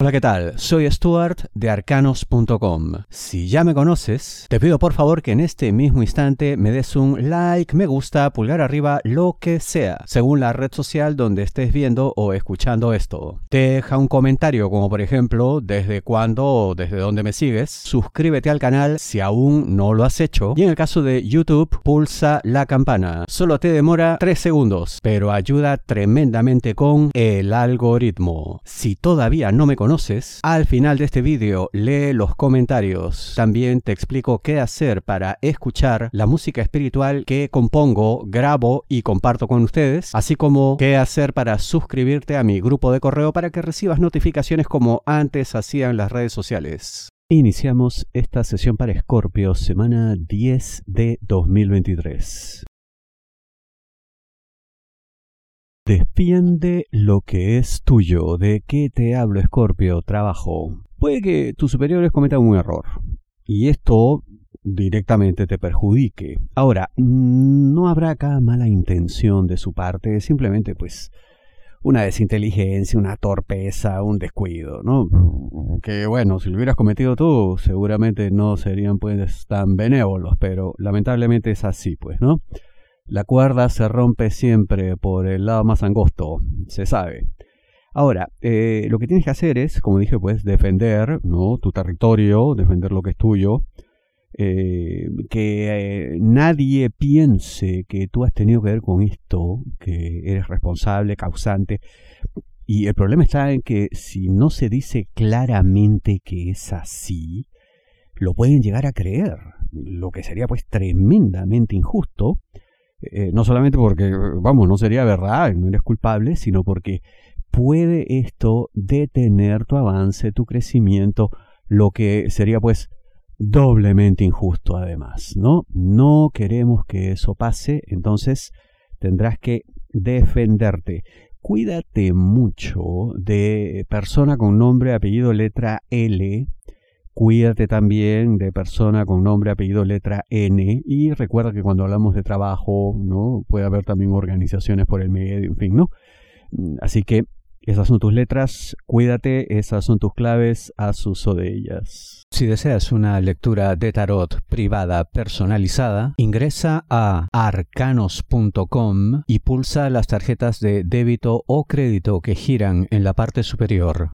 Hola, ¿qué tal? Soy Stuart de Arcanos.com. Si ya me conoces, te pido por favor que en este mismo instante me des un like, me gusta, pulgar arriba, lo que sea, según la red social donde estés viendo o escuchando esto. Deja un comentario como por ejemplo, desde cuándo o desde dónde me sigues. Suscríbete al canal si aún no lo has hecho. Y en el caso de YouTube, pulsa la campana. Solo te demora 3 segundos, pero ayuda tremendamente con el algoritmo. Si todavía no me conoces, al final de este vídeo lee los comentarios. También te explico qué hacer para escuchar la música espiritual que compongo, grabo y comparto con ustedes, así como qué hacer para suscribirte a mi grupo de correo para que recibas notificaciones como antes hacían las redes sociales. Iniciamos esta sesión para Escorpio, semana 10 de 2023. Defiende lo que es tuyo. ¿De qué te hablo, Escorpio? Trabajo. Puede que tus superiores cometan un error y esto directamente te perjudique. Ahora, no habrá acá mala intención de su parte, simplemente pues una desinteligencia, una torpeza, un descuido, ¿no? Que bueno, si lo hubieras cometido tú, seguramente no serían pues tan benévolos, pero lamentablemente es así, pues, ¿no? La cuerda se rompe siempre por el lado más angosto, se sabe. Ahora, lo que tienes que hacer es, como dije, pues defender, ¿no?, tu territorio, defender lo que es tuyo, que nadie piense que tú has tenido que ver con esto, que eres responsable, causante. Y el problema está en que si no se dice claramente que es así, lo pueden llegar a creer, lo que sería pues tremendamente injusto. No solamente porque, vamos, no sería verdad, no eres culpable, sino porque puede esto detener tu avance, tu crecimiento, lo que sería pues doblemente injusto además, ¿no? No queremos que eso pase, entonces tendrás que defenderte. Cuídate mucho de persona con nombre, apellido, letra L. Cuídate también de persona con nombre, apellido, letra N. Y recuerda que cuando hablamos de trabajo, ¿no?, puede haber también organizaciones por el medio, en fin, ¿no? Así que esas son tus letras, cuídate, esas son tus claves, haz uso de ellas. Si deseas una lectura de tarot privada personalizada, ingresa a arcanos.com y pulsa las tarjetas de débito o crédito que giran en la parte superior.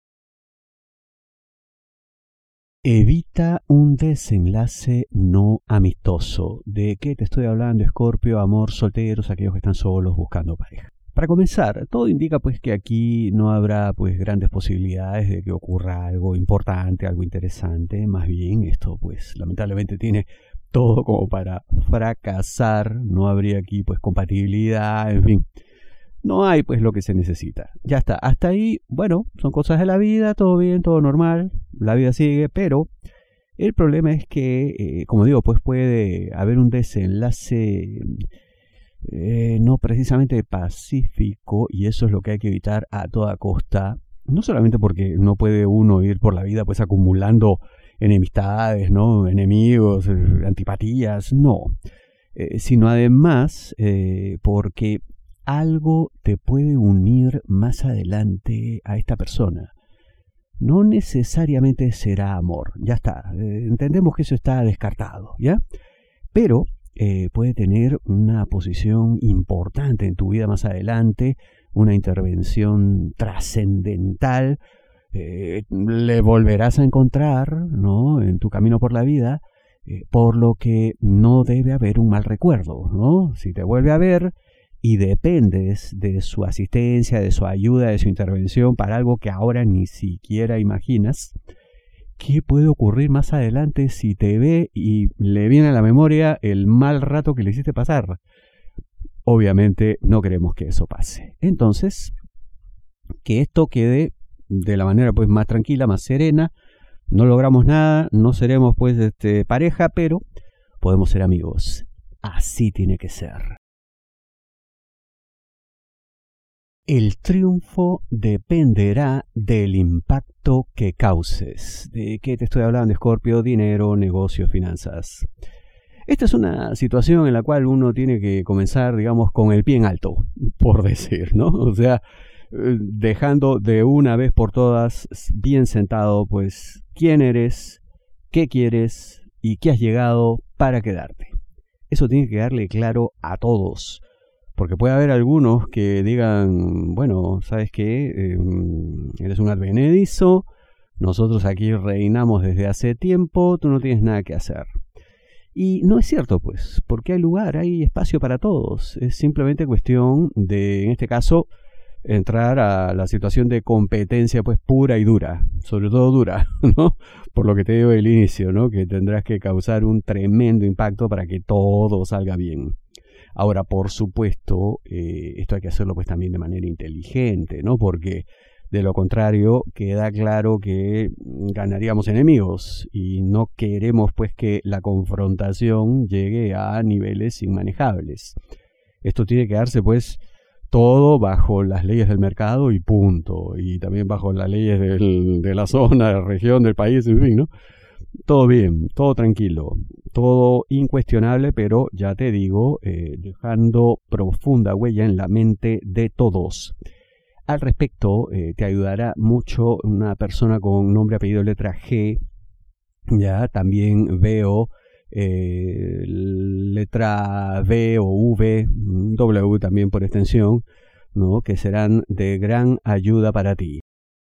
Evita un desenlace no amistoso. ¿De qué te estoy hablando, Escorpio? Amor, solteros, aquellos que están solos buscando pareja. Para comenzar, todo indica pues que aquí no habrá pues grandes posibilidades de que ocurra algo importante, algo interesante. Más bien esto pues lamentablemente tiene todo como para fracasar. No habría aquí pues compatibilidad, en fin. No hay pues lo que se necesita. Ya está. Hasta ahí, bueno, son cosas de la vida, todo bien, todo normal, la vida sigue, pero el problema es que, como digo, pues puede haber un desenlace no precisamente pacífico, y eso es lo que hay que evitar a toda costa. No solamente porque no puede uno ir por la vida pues acumulando enemistades, ¿no?, enemigos, antipatías, no, sino además porque algo te puede unir más adelante a esta persona. No necesariamente será amor, ya está, entendemos que eso está descartado, ¿ya? Pero puede tener una posición importante en tu vida más adelante, una intervención trascendental, le volverás a encontrar, ¿no?, en tu camino por la vida, por lo que no debe haber un mal recuerdo, ¿no? Si te vuelve a ver y dependes de su asistencia, de su ayuda, de su intervención para algo que ahora ni siquiera imaginas, ¿qué puede ocurrir más adelante si te ve y le viene a la memoria el mal rato que le hiciste pasar? Obviamente no queremos que eso pase. Entonces, que esto quede de la manera pues más tranquila, más serena. No logramos nada, no seremos pues pareja, pero podemos ser amigos. Así tiene que ser. El triunfo dependerá del impacto que causes. ¿De qué te estoy hablando, Escorpio? Dinero, negocios, finanzas. Esta es una situación en la cual uno tiene que comenzar, digamos, con el pie en alto, por decir, ¿no? O sea, dejando de una vez por todas bien sentado, pues, quién eres, qué quieres y qué has llegado para quedarte. Eso tiene que quedarle claro a todos, porque puede haber algunos que digan, bueno, ¿sabes qué? Eres un advenedizo, nosotros aquí reinamos desde hace tiempo, tú no tienes nada que hacer. Y no es cierto, pues, porque hay lugar, hay espacio para todos. Es simplemente cuestión de, en este caso, entrar a la situación de competencia, pues, pura y dura, sobre todo dura, ¿no? Por lo que te digo del inicio, ¿no? Que tendrás que causar un tremendo impacto para que todo salga bien. Ahora, por supuesto, esto hay que hacerlo, pues, también de manera inteligente, ¿no? Porque de lo contrario, queda claro que ganaríamos enemigos y no queremos, pues, que la confrontación llegue a niveles inmanejables. Esto tiene que darse, pues, todo bajo las leyes del mercado y punto. Y también bajo las leyes de la zona, de la región, del país, en fin, ¿no? Todo bien, todo tranquilo, todo incuestionable, pero ya te digo, dejando profunda huella en la mente de todos. Al respecto, te ayudará mucho una persona con nombre, apellido, letra G. Ya también veo letra V o V, W también por extensión, ¿no? Que serán de gran ayuda para ti.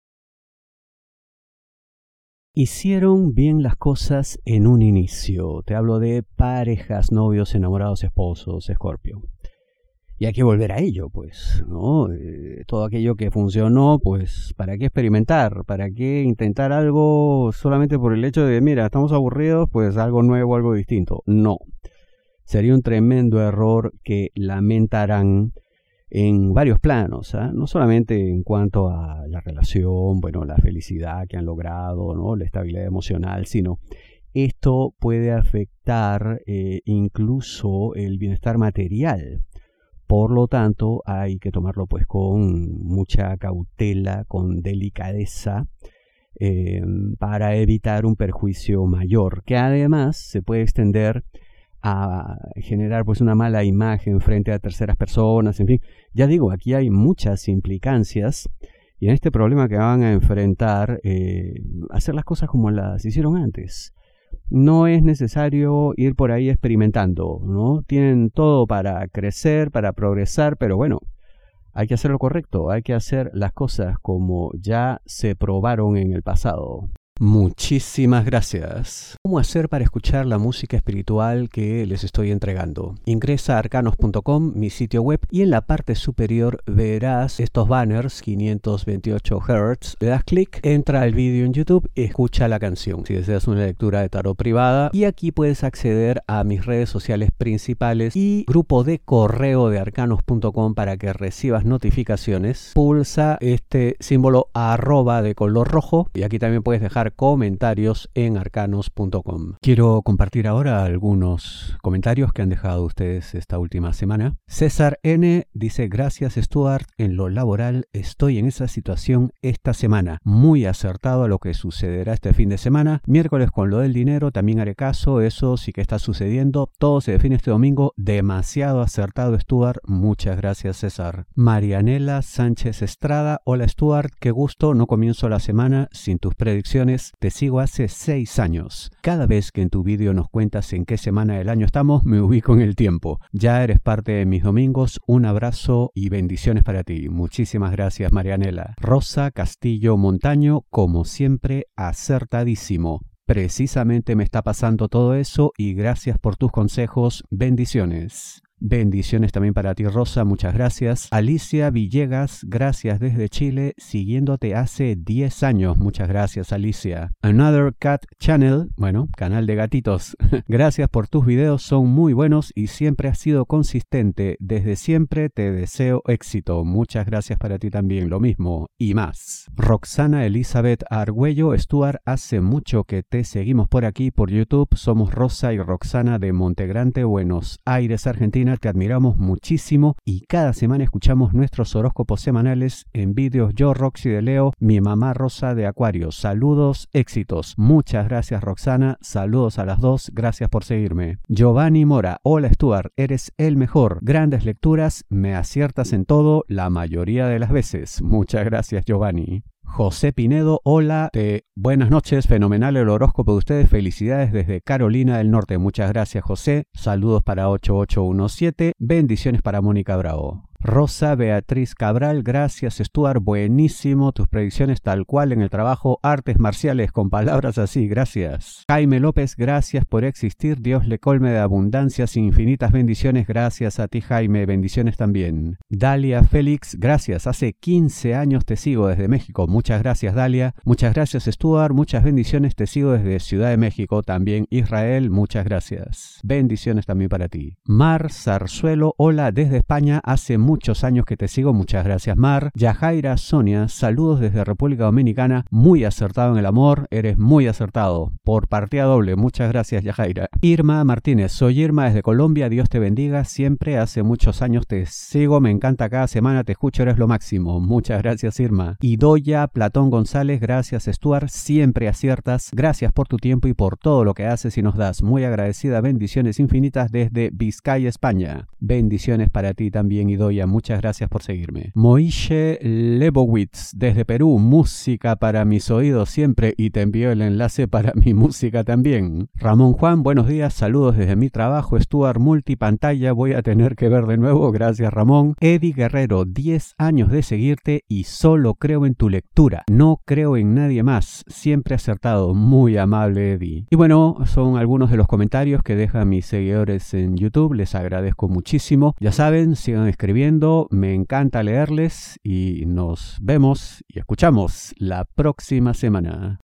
Hicieron bien las cosas en un inicio. Te hablo de parejas, novios, enamorados, esposos, Escorpio. Y hay que volver a ello, pues, ¿no? Todo aquello que funcionó, pues, ¿para qué experimentar? ¿Para qué intentar algo solamente por el hecho de, mira, estamos aburridos, pues algo nuevo, algo distinto? No. Sería un tremendo error que lamentarán en varios planos, ¿eh? No solamente en cuanto a la relación, bueno, la felicidad que han logrado, ¿no? La estabilidad emocional, sino esto puede afectar incluso el bienestar material. Por lo tanto, hay que tomarlo, pues, con mucha cautela, con delicadeza, para evitar un perjuicio mayor, que además se puede extender a generar, pues, una mala imagen frente a terceras personas. En fin, ya digo, aquí hay muchas implicancias y en este problema que van a enfrentar, hacer las cosas como las hicieron antes. No es necesario ir por ahí experimentando, ¿no? Tienen todo para crecer, para progresar, pero bueno, hay que hacer lo correcto, hay que hacer las cosas como ya se probaron en el pasado. Muchísimas gracias. ¿Cómo hacer para escuchar la música espiritual que les estoy entregando? Ingresa a arcanos.com, mi sitio web, y en la parte superior verás estos banners, 528 Hz. Le das clic, entra al vídeo en YouTube y escucha la canción. Si deseas una lectura de tarot privada, y aquí puedes acceder a mis redes sociales principales y grupo de correo de arcanos.com para que recibas notificaciones. Pulsa este símbolo @ de color rojo y aquí también puedes dejar comentarios en arcanos.com. Quiero compartir ahora algunos comentarios que han dejado ustedes esta última semana. César N. dice: gracias, Stuart, en lo laboral estoy en esa situación esta semana. Muy acertado a lo que sucederá este fin de semana. Miércoles con lo del dinero también haré caso, eso sí que está sucediendo. Todo se define este domingo. Demasiado acertado, Stuart. Muchas gracias, César. Marianela Sánchez Estrada: hola, Stuart, qué gusto, no comienzo la semana sin tus predicciones. Te sigo hace 6 años. Cada vez que en tu vídeo nos cuentas en qué semana del año estamos, me ubico en el tiempo. Ya eres parte de mis domingos. Un abrazo y bendiciones para ti. Muchísimas gracias, Marianela. Rosa Castillo Montaño: como siempre, acertadísimo. Precisamente me está pasando todo eso y gracias por tus consejos. Bendiciones. Bendiciones también para ti, Rosa, muchas gracias. Alicia Villegas: gracias desde Chile, siguiéndote hace 10 años. Muchas gracias, Alicia. Another Cat Channel, bueno, canal de gatitos. Gracias por tus videos, son muy buenos y siempre has sido consistente. Desde siempre te deseo éxito. Muchas gracias para ti también, lo mismo y más. Roxana Elizabeth Argüello: Stuart, hace mucho que te seguimos por aquí, por YouTube. Somos Rosa y Roxana de Montegrande, Buenos Aires, Argentina. Carolina, te admiramos muchísimo y cada semana escuchamos nuestros horóscopos semanales en vídeos. Yo, Roxy de Leo, mi mamá Rosa de Acuario. Saludos, éxitos. Muchas gracias, Roxana. Saludos a las dos. Gracias por seguirme. Giovanni Mora. Hola, Stuart. Eres el mejor. Grandes lecturas. Me aciertas en todo la mayoría de las veces. Muchas gracias, Giovanni. José Pinedo, hola, buenas noches, fenomenal el horóscopo de ustedes, felicidades desde Carolina del Norte, muchas gracias José, saludos para 8817, bendiciones para Mónica Bravo. Rosa Beatriz Cabral, gracias Stuart, buenísimo, tus predicciones tal cual en el trabajo, artes marciales con palabras así, gracias. Jaime López, gracias por existir, Dios le colme de abundancias, infinitas bendiciones, gracias a ti Jaime, bendiciones también. Dalia Félix, gracias, hace 15 años te sigo desde México, muchas gracias Dalia, muchas gracias Stuart, muchas bendiciones, te sigo desde Ciudad de México, también Israel, muchas gracias. Bendiciones también para ti. Mar Zarzuelo, hola desde España, hace muchos años que te sigo, muchas gracias Mar. Yajaira Sonia, saludos desde República Dominicana, muy acertado en el amor, eres muy acertado, por partida doble, muchas gracias Yajaira. Irma Martínez, soy Irma desde Colombia, Dios te bendiga, siempre hace muchos años te sigo, me encanta cada semana, te escucho, eres lo máximo, muchas gracias Irma. Idoya Platón González, gracias Stuart, siempre aciertas, gracias por tu tiempo y por todo lo que haces y nos das, muy agradecida, bendiciones infinitas desde Vizcaya, España. Bendiciones para ti también Idoya, muchas gracias por seguirme. Moishe Lebowitz, desde Perú, música para mis oídos siempre y te envío el enlace para mi música también. Ramón Juan, buenos días, saludos desde mi trabajo, Stuart multipantalla, voy a tener que ver de nuevo, gracias Ramón. Eddie Guerrero, 10 años de seguirte y solo creo en tu lectura, no creo en nadie más, siempre acertado, muy amable Eddie. Y bueno, son algunos de los comentarios que dejan mis seguidores en YouTube, les agradezco muchísimo, ya saben, sigan escribiendo, me encanta leerles y nos vemos y escuchamos la próxima semana.